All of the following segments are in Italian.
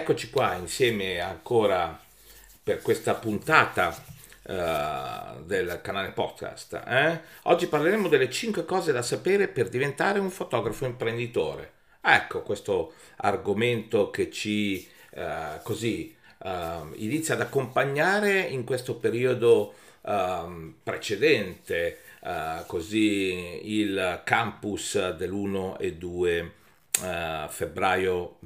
Eccoci qua insieme ancora per questa puntata del canale podcast. Oggi parleremo delle 5 cose da sapere per diventare un fotografo imprenditore. Ecco questo argomento che ci inizia ad accompagnare in questo periodo precedente, così il campus dell'1 e 2 febbraio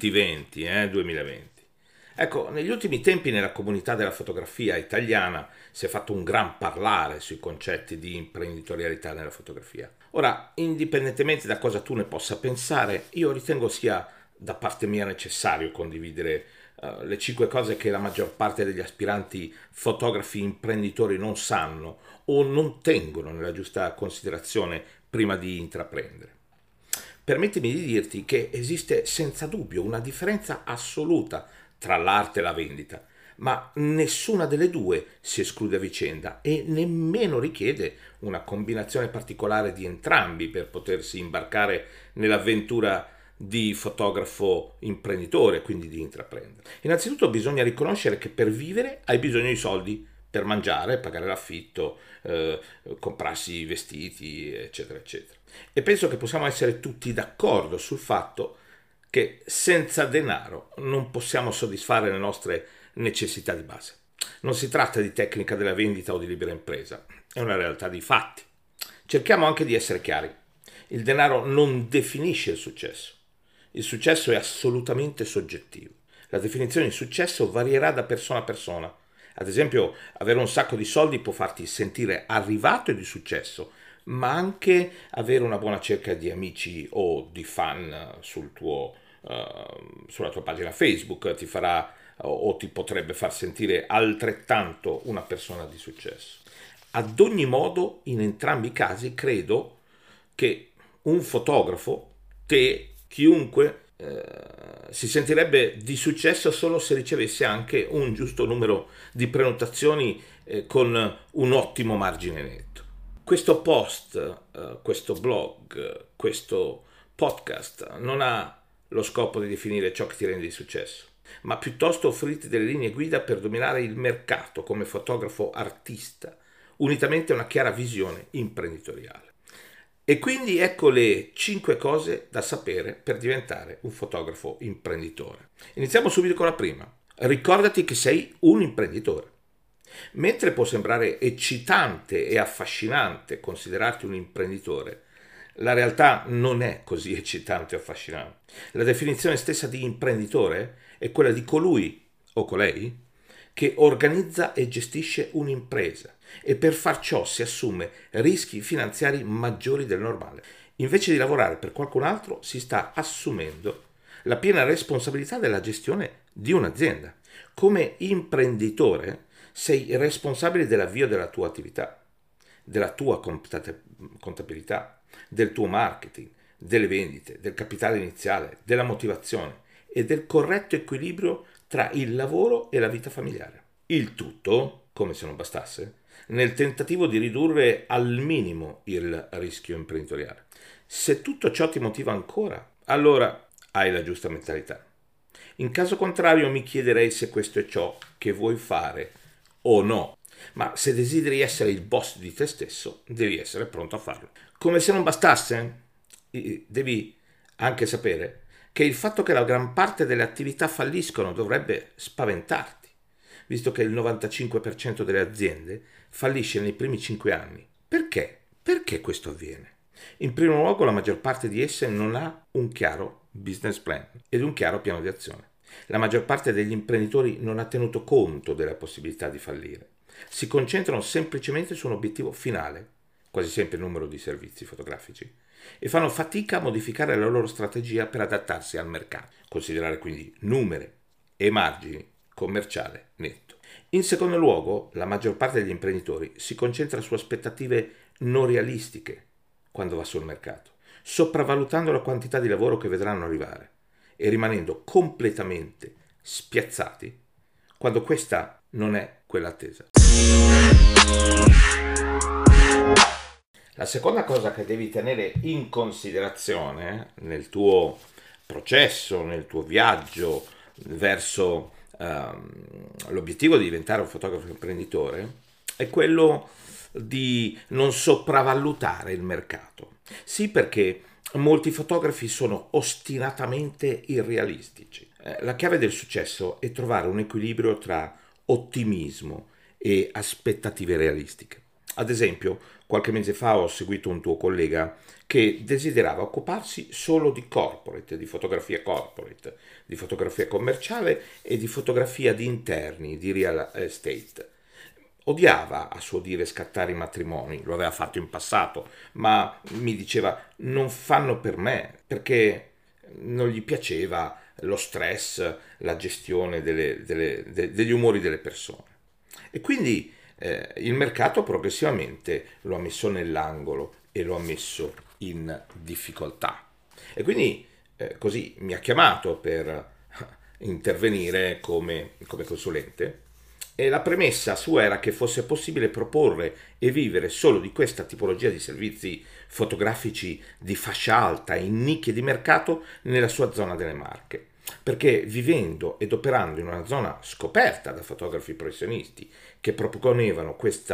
2020. Ecco, negli ultimi tempi nella comunità della fotografia italiana si è fatto un gran parlare sui concetti di imprenditorialità nella fotografia. Ora, indipendentemente da cosa tu ne possa pensare, io ritengo sia da parte mia necessario condividere le 5 cose che la maggior parte degli aspiranti fotografi imprenditori non sanno o non tengono nella giusta considerazione prima di intraprendere. Permettimi di dirti che esiste senza dubbio una differenza assoluta tra l'arte e la vendita, ma nessuna delle due si esclude a vicenda e nemmeno richiede una combinazione particolare di entrambi per potersi imbarcare nell'avventura di fotografo imprenditore, quindi di intraprendere. Innanzitutto bisogna riconoscere che per vivere hai bisogno di soldi per mangiare, pagare l'affitto, comprarsi i vestiti, eccetera, eccetera. E penso che possiamo essere tutti d'accordo sul fatto che senza denaro non possiamo soddisfare le nostre necessità di base. Non si tratta di tecnica della vendita o di libera impresa, è una realtà di fatti. Cerchiamo anche di essere chiari. Il denaro non definisce il successo. Il successo è assolutamente soggettivo. La definizione di successo varierà da persona a persona. Ad esempio, avere un sacco di soldi può farti sentire arrivato e di successo, ma anche avere una buona cerca di amici o di fan sulla tua pagina Facebook ti farà o ti potrebbe far sentire altrettanto una persona di successo. Ad ogni modo, in entrambi i casi, credo che un fotografo, te, chiunque, si sentirebbe di successo solo se ricevesse anche un giusto numero di prenotazioni con un ottimo margine netto. Questo post, questo blog, questo podcast non ha lo scopo di definire ciò che ti rende di successo, ma piuttosto offrirti delle linee guida per dominare il mercato come fotografo artista, unitamente a una chiara visione imprenditoriale. E quindi ecco le 5 cose da sapere per diventare un fotografo imprenditore. Iniziamo subito con la prima. Ricordati che sei un imprenditore. Mentre può sembrare eccitante e affascinante considerarti un imprenditore, la realtà non è così eccitante e affascinante. La definizione stessa di imprenditore è quella di colui o colei che organizza e gestisce un'impresa e per far ciò si assume rischi finanziari maggiori del normale. Invece di lavorare per qualcun altro si sta assumendo la piena responsabilità della gestione di un'azienda. Come imprenditore sei responsabile dell'avvio della tua attività, della tua contabilità, del tuo marketing, delle vendite, del capitale iniziale, della motivazione e del corretto equilibrio tra il lavoro e la vita familiare. Il tutto, come se non bastasse, nel tentativo di ridurre al minimo il rischio imprenditoriale. Se tutto ciò ti motiva ancora, allora hai la giusta mentalità. In caso contrario mi chiederei se questo è ciò che vuoi fare o no. Ma se desideri essere il boss di te stesso, devi essere pronto a farlo. Come se non bastasse, devi anche sapere che il fatto che la gran parte delle attività falliscono dovrebbe spaventarti, visto che il 95% delle aziende fallisce nei primi 5 anni. Perché? Perché questo avviene? In primo luogo, la maggior parte di esse non ha un chiaro business plan ed un chiaro piano di azione. La maggior parte degli imprenditori non ha tenuto conto della possibilità di fallire. Si concentrano semplicemente su un obiettivo finale, quasi sempre il numero di servizi fotografici, e fanno fatica a modificare la loro strategia per adattarsi al mercato. Considerare quindi numeri e margini commerciale netto. In secondo luogo, la maggior parte degli imprenditori si concentra su aspettative non realistiche quando va sul mercato, sopravvalutando la quantità di lavoro che vedranno arrivare e rimanendo completamente spiazzati quando questa non è quella attesa. La seconda cosa che devi tenere in considerazione nel tuo processo, nel tuo viaggio verso l'obiettivo di diventare un fotografo imprenditore è quello di non sopravvalutare il mercato. Sì, perché molti fotografi sono ostinatamente irrealistici. La chiave del successo è trovare un equilibrio tra ottimismo e aspettative realistiche. Ad esempio, qualche mese fa ho seguito un tuo collega che desiderava occuparsi solo di corporate, di fotografia commerciale e di fotografia di interni, di real estate. Odiava, a suo dire, scattare i matrimoni, lo aveva fatto in passato, ma mi diceva non fanno per me, perché non gli piaceva lo stress, la gestione degli umori delle persone. E quindi il mercato progressivamente lo ha messo nell'angolo e lo ha messo in difficoltà. E quindi così mi ha chiamato per intervenire come consulente e la premessa sua era che fosse possibile proporre e vivere solo di questa tipologia di servizi fotografici di fascia alta in nicchie di mercato nella sua zona delle Marche. Perché vivendo ed operando in una zona scoperta da fotografi professionisti che proponevano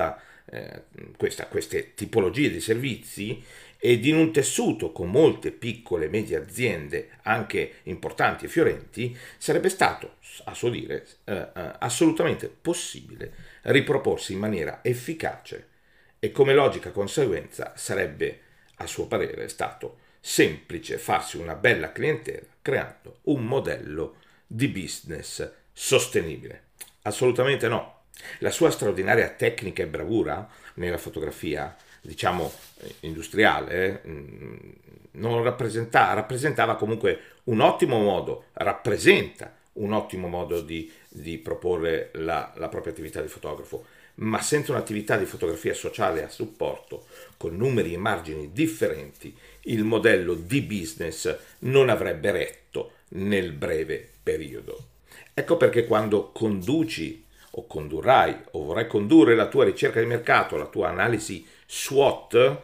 queste tipologie di servizi ed in un tessuto con molte piccole e medie aziende anche importanti e fiorenti, sarebbe stato, a suo dire, assolutamente possibile riproporsi in maniera efficace e come logica conseguenza sarebbe, a suo parere, stato semplice farsi una bella clientela creando un modello di business sostenibile. Assolutamente no. La sua straordinaria tecnica e bravura nella fotografia, diciamo industriale, non rappresentava comunque un ottimo modo, rappresenta un ottimo modo di proporre la propria attività di fotografo, ma senza un'attività di fotografia sociale a supporto, con numeri e margini differenti, il modello di business non avrebbe retto nel breve periodo. Ecco perché quando conduci o condurrai o vorrai condurre la tua ricerca di mercato, la tua analisi SWOT,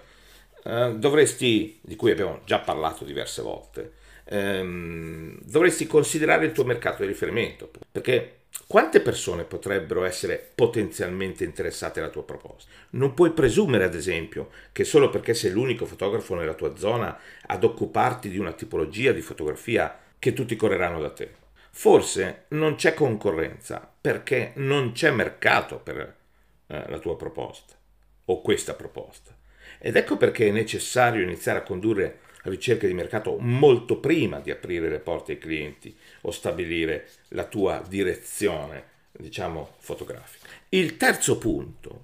di cui abbiamo già parlato diverse volte, dovresti considerare il tuo mercato di riferimento, perché quante persone potrebbero essere potenzialmente interessate alla tua proposta? Non puoi presumere, ad esempio, che solo perché sei l'unico fotografo nella tua zona ad occuparti di una tipologia di fotografia che tutti correranno da te. Forse non c'è concorrenza perché non c'è mercato per la tua proposta o questa proposta. Ed ecco perché è necessario iniziare a condurre ricerche di mercato molto prima di aprire le porte ai clienti o stabilire la tua direzione, diciamo, fotografica. Il terzo punto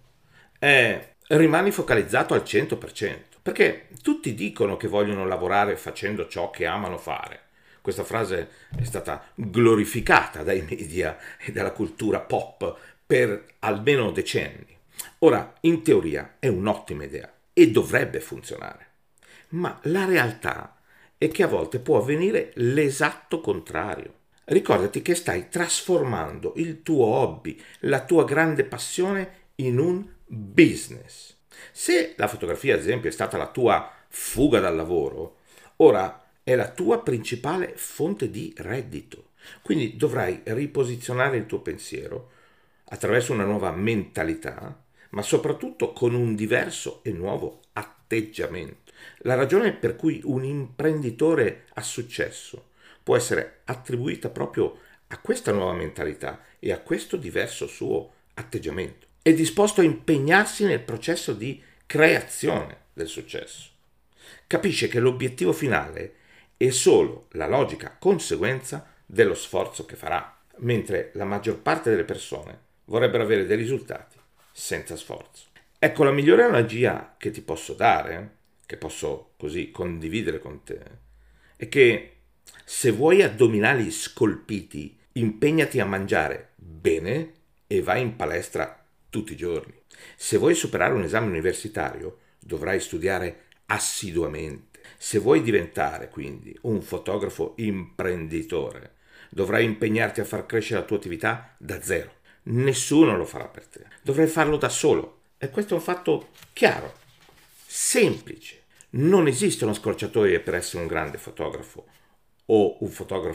è rimani focalizzato al 100%, perché tutti dicono che vogliono lavorare facendo ciò che amano fare. Questa frase è stata glorificata dai media e dalla cultura pop per almeno decenni. Ora, in teoria è un'ottima idea e dovrebbe funzionare, ma la realtà è che a volte può avvenire l'esatto contrario. Ricordati che stai trasformando il tuo hobby, la tua grande passione in un business. Se la fotografia, ad esempio, è stata la tua fuga dal lavoro, ora è la tua principale fonte di reddito. Quindi dovrai riposizionare il tuo pensiero attraverso una nuova mentalità, ma soprattutto con un diverso e nuovo atteggiamento. La ragione per cui un imprenditore ha successo può essere attribuita proprio a questa nuova mentalità e a questo diverso suo atteggiamento. È disposto a impegnarsi nel processo di creazione del successo. Capisce che l'obiettivo finale è solo la logica conseguenza dello sforzo che farà, mentre la maggior parte delle persone vorrebbero avere dei risultati senza sforzo. Ecco, la migliore analogia che ti posso dare, che posso così condividere con te, è che se vuoi addominali scolpiti, impegnati a mangiare bene e vai in palestra tutti i giorni. Se vuoi superare un esame universitario, dovrai studiare assiduamente. Se vuoi diventare quindi un fotografo imprenditore, dovrai impegnarti a far crescere la tua attività da zero. Nessuno lo farà per te. Dovrai farlo da solo. E questo è un fatto chiaro, semplice. Non esistono scorciatoie per essere un grande fotografo o un fotografo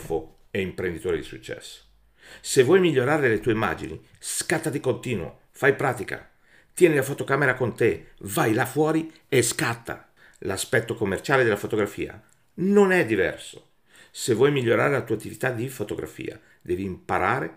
e imprenditore di successo. Se vuoi migliorare le tue immagini, scatta di continuo, fai pratica, tieni la fotocamera con te, vai là fuori e scatta. L'aspetto commerciale della fotografia non è diverso. Se vuoi migliorare la tua attività di fotografia, devi imparare,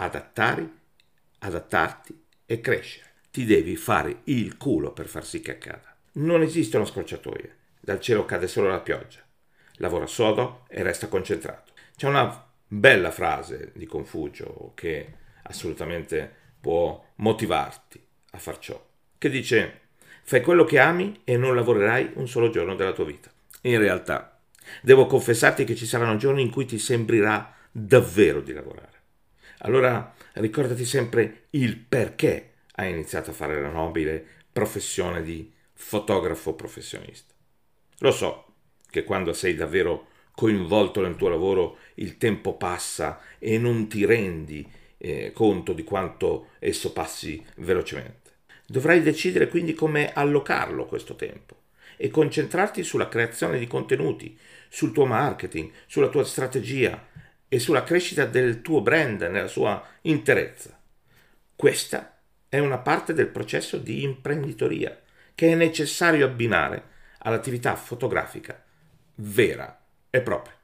adattarti e crescere. Ti devi fare il culo per far sì che accada. Non esistono scorciatoie, dal cielo cade solo la pioggia. Lavora sodo e resta concentrato. C'è una bella frase di Confucio che assolutamente può motivarti a far ciò, che dice: fai quello che ami e non lavorerai un solo giorno della tua vita. In realtà, devo confessarti che ci saranno giorni in cui ti sembrerà davvero di lavorare. Allora ricordati sempre il perché hai iniziato a fare la nobile professione di fotografo professionista. Lo so che quando sei davvero coinvolto nel tuo lavoro il tempo passa e non ti rendi conto di quanto esso passi velocemente. Dovrai decidere quindi come allocarlo questo tempo e concentrarti sulla creazione di contenuti, sul tuo marketing, sulla tua strategia e sulla crescita del tuo brand nella sua interezza. Questa è una parte del processo di imprenditoria che è necessario abbinare all'attività fotografica vera e propria.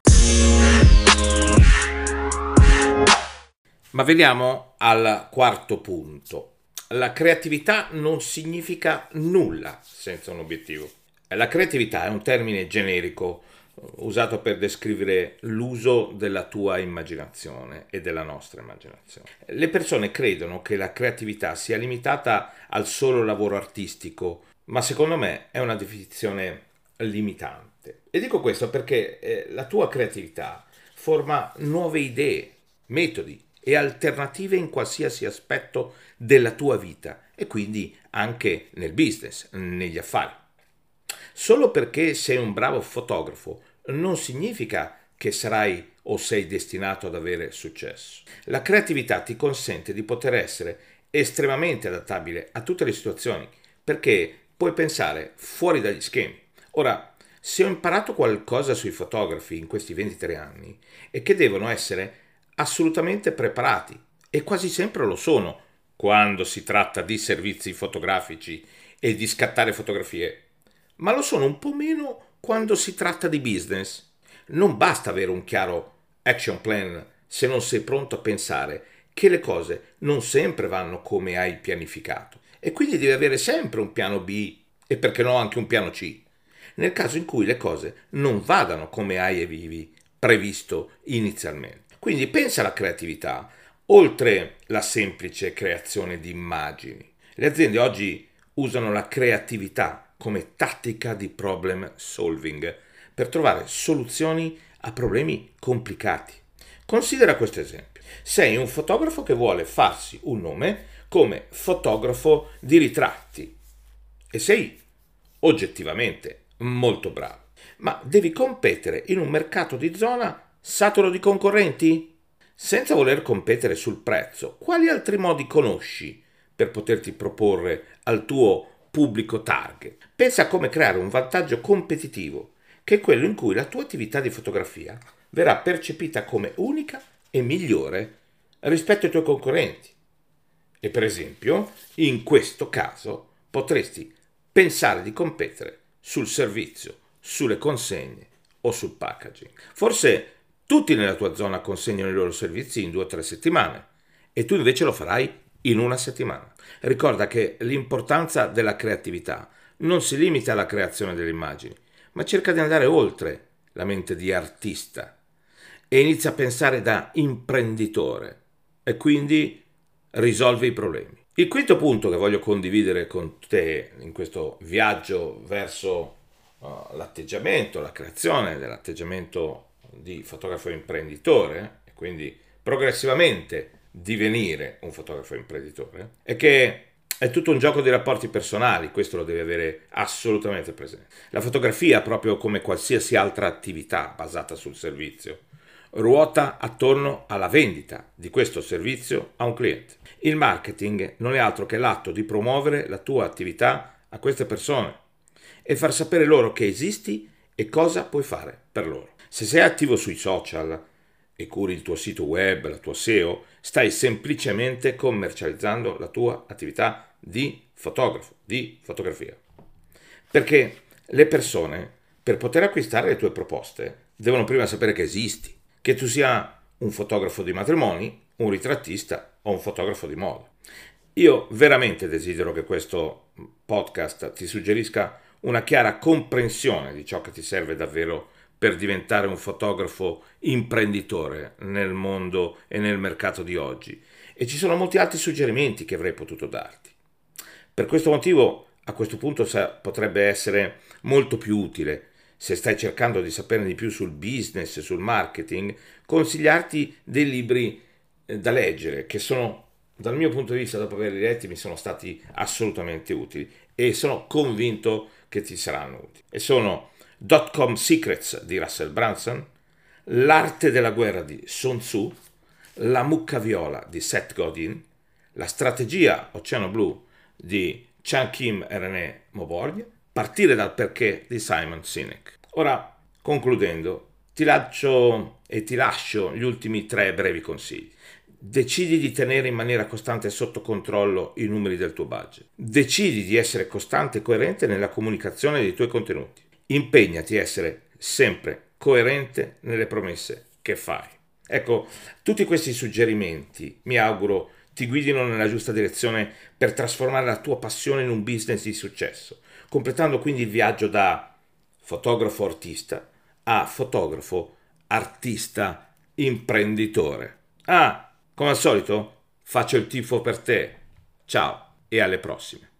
Ma veniamo al quarto punto. La creatività non significa nulla senza un obiettivo. La creatività è un termine generico usato per descrivere l'uso della tua immaginazione e della nostra immaginazione. Le persone credono che la creatività sia limitata al solo lavoro artistico, ma secondo me è una definizione limitante. E dico questo perché la tua creatività forma nuove idee, metodi e alternative in qualsiasi aspetto della tua vita e quindi anche nel business, negli affari. Solo perché sei un bravo fotografo non significa che sarai o sei destinato ad avere successo. La creatività ti consente di poter essere estremamente adattabile a tutte le situazioni perché puoi pensare fuori dagli schemi. Ora, se ho imparato qualcosa sui fotografi in questi 23 anni è che devono essere assolutamente preparati e quasi sempre lo sono quando si tratta di servizi fotografici e di scattare fotografie, ma lo sono un po' meno quando si tratta di business. Non basta avere un chiaro action plan se non sei pronto a pensare che le cose non sempre vanno come hai pianificato e quindi devi avere sempre un piano B e perché no anche un piano C nel caso in cui le cose non vadano come avevi previsto inizialmente. Quindi pensa alla creatività oltre la semplice creazione di immagini. Le aziende oggi usano la creatività come tattica di problem solving per trovare soluzioni a problemi complicati. Considera questo esempio. Sei un fotografo che vuole farsi un nome come fotografo di ritratti e sei oggettivamente molto bravo, ma devi competere in un mercato di zona saturo di concorrenti? Senza voler competere sul prezzo, quali altri modi conosci per poterti proporre al tuo pubblico target? Pensa a come creare un vantaggio competitivo, che è quello in cui la tua attività di fotografia verrà percepita come unica e migliore rispetto ai tuoi concorrenti. E per esempio, in questo caso potresti pensare di competere sul servizio, sulle consegne o sul packaging. Forse tutti nella tua zona consegnano i loro servizi in 2 o 3 settimane e tu invece lo farai in una settimana. Ricorda che l'importanza della creatività non si limita alla creazione delle immagini, ma cerca di andare oltre la mente di artista e inizia a pensare da imprenditore e quindi risolve i problemi. Il quinto punto che voglio condividere con te in questo viaggio verso l'atteggiamento, la creazione dell'atteggiamento di fotografo imprenditore e quindi progressivamente divenire un fotografo imprenditore è che è tutto un gioco di rapporti personali, questo lo devi avere assolutamente presente. La fotografia, proprio come qualsiasi altra attività basata sul servizio, ruota attorno alla vendita di questo servizio a un cliente. Il marketing non è altro che l'atto di promuovere la tua attività a queste persone e far sapere loro che esisti e cosa puoi fare per loro. Se sei attivo sui social e curi il tuo sito web, la tua SEO, stai semplicemente commercializzando la tua attività di fotografo, di fotografia. Perché le persone, per poter acquistare le tue proposte, devono prima sapere che esisti, che tu sia un fotografo di matrimoni, un ritrattista o un fotografo di moda. Io veramente desidero che questo podcast ti suggerisca una chiara comprensione di ciò che ti serve davvero per diventare un fotografo imprenditore nel mondo e nel mercato di oggi. E ci sono molti altri suggerimenti che avrei potuto darti. Per questo motivo, a questo punto potrebbe essere molto più utile, se stai cercando di saperne di più sul business e sul marketing, consigliarti dei libri da leggere che sono, dal mio punto di vista, dopo averli letti, mi sono stati assolutamente utili e sono convinto che ti saranno utili. E sono Dot-Com Secrets di Russell Brunson, L'arte della guerra di Sun Tzu, La mucca viola di Seth Godin, La strategia Oceano Blu di Chan Kim e René Mauborgne, Partire dal perché di Simon Sinek. Ora, concludendo, ti lascio gli ultimi 3 brevi consigli. Decidi di tenere in maniera costante e sotto controllo i numeri del tuo budget. Decidi di essere costante e coerente nella comunicazione dei tuoi contenuti. Impegnati a essere sempre coerente nelle promesse che fai. Ecco, tutti questi suggerimenti mi auguro ti guidino nella giusta direzione per trasformare la tua passione in un business di successo, completando quindi il viaggio da fotografo artista a fotografo artista imprenditore. Come al solito, faccio il tifo per te. Ciao e alle prossime.